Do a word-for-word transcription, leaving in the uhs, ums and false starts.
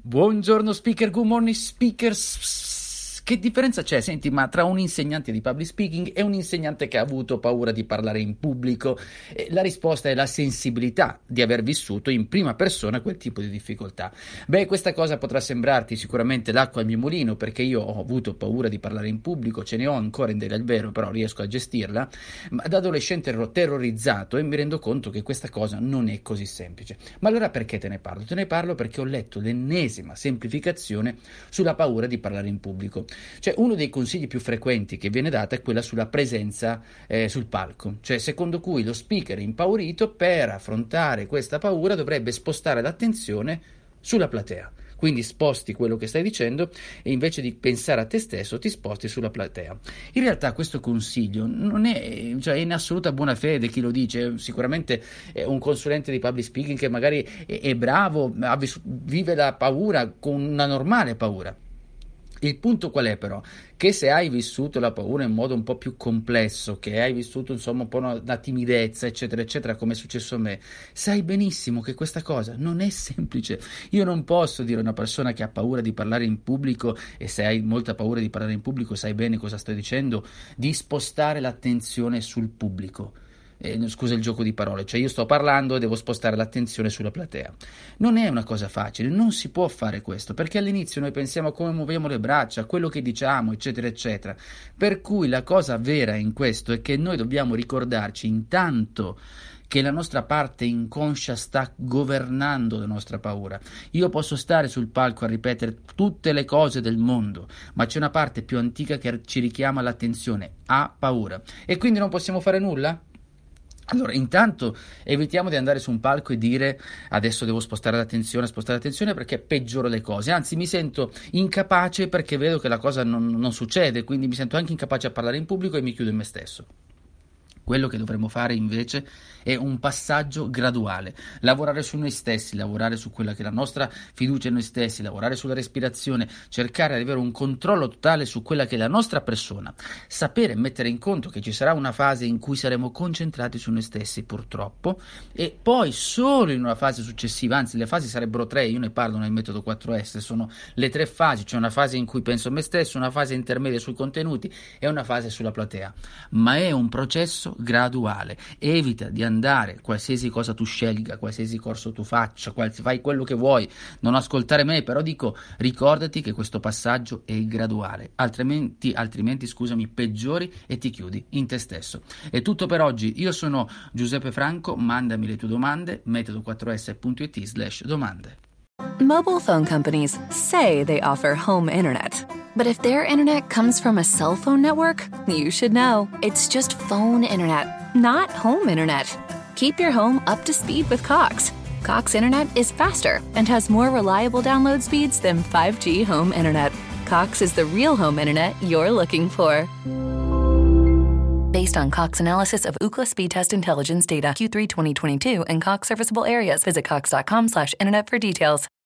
Buongiorno speaker, good morning speakers. Che differenza c'è? Senti, ma tra un insegnante di public speaking e un insegnante che ha avuto paura di parlare in pubblico? Eh, la risposta è la sensibilità di aver vissuto in prima persona quel tipo di difficoltà. Beh, questa cosa potrà sembrarti sicuramente l'acqua al mio mulino, perché io ho avuto paura di parlare in pubblico, ce ne ho ancora in del vero, però riesco a gestirla, ma da adolescente ero terrorizzato e mi rendo conto che questa cosa non è così semplice. Ma allora perché te ne parlo? Te ne parlo perché ho letto l'ennesima semplificazione sulla paura di parlare in pubblico. Cioè, uno dei consigli più frequenti che viene data è quella sulla presenza eh, sul palco, cioè secondo cui lo speaker impaurito per affrontare questa paura dovrebbe spostare l'attenzione sulla platea. Quindi sposti quello che stai dicendo e invece di pensare a te stesso ti sposti sulla platea. In realtà questo consiglio non è, cioè è in assoluta buona fede chi lo dice, sicuramente è un consulente di public speaking che magari è, è bravo, vive la paura con una normale paura. Il punto qual è però? Che se hai vissuto la paura in modo un po' più complesso, che hai vissuto insomma un po' una, una timidezza eccetera eccetera come è successo a me, sai benissimo che questa cosa non è semplice. Io non posso dire a una persona che ha paura di parlare in pubblico, e se hai molta paura di parlare in pubblico sai bene cosa sto dicendo, di spostare l'attenzione sul pubblico. Eh, scusa il gioco di parole, cioè io sto parlando e devo spostare l'attenzione sulla platea. Non è una cosa facile, non si può fare questo, perché all'inizio noi pensiamo a come muoviamo le braccia, a quello che diciamo, eccetera eccetera. Per cui la cosa vera in questo è che noi dobbiamo ricordarci intanto che la nostra parte inconscia sta governando la nostra paura. Io posso stare sul palco a ripetere tutte le cose del mondo, ma c'è una parte più antica che ci richiama l'attenzione, ha paura, e quindi non possiamo fare nulla? Allora, intanto evitiamo di andare su un palco e dire adesso devo spostare l'attenzione, spostare l'attenzione perché peggioro le cose, anzi mi sento incapace perché vedo che la cosa non, non succede, quindi mi sento anche incapace a parlare in pubblico e mi chiudo in me stesso. Quello che dovremmo fare invece è un passaggio graduale, lavorare su noi stessi, lavorare su quella che è la nostra fiducia in noi stessi, lavorare sulla respirazione, cercare di avere un controllo totale su quella che è la nostra persona, sapere mettere in conto che ci sarà una fase in cui saremo concentrati su noi stessi purtroppo, e poi solo in una fase successiva, anzi le fasi sarebbero tre, io ne parlo nel metodo quattro esse, sono le tre fasi, c'è una fase in cui penso a me stesso, una fase intermedia sui contenuti e una fase sulla platea, ma è un processo graduale. Evita di andare, qualsiasi cosa tu scelga, qualsiasi corso tu faccia, quals- fai quello che vuoi, non ascoltare me, però dico ricordati che questo passaggio è graduale, altrimenti, altrimenti scusami, peggiori e ti chiudi in te stesso. È tutto per oggi, io sono Giuseppe Franco, mandami le tue domande, metodo quattro esse punto it slash domande. Mobile phone companies say they offer home internet. But if their internet comes from a cell phone network, you should know. It's just phone internet, not home internet. Keep your home up to speed with Cox. Cox internet is faster and has more reliable download speeds than five G home internet. Cox is the real home internet you're looking for. Based on Cox analysis of Ookla speed test intelligence data Q three twenty twenty-two and Cox serviceable areas. Visit cox dot com slash internet for details.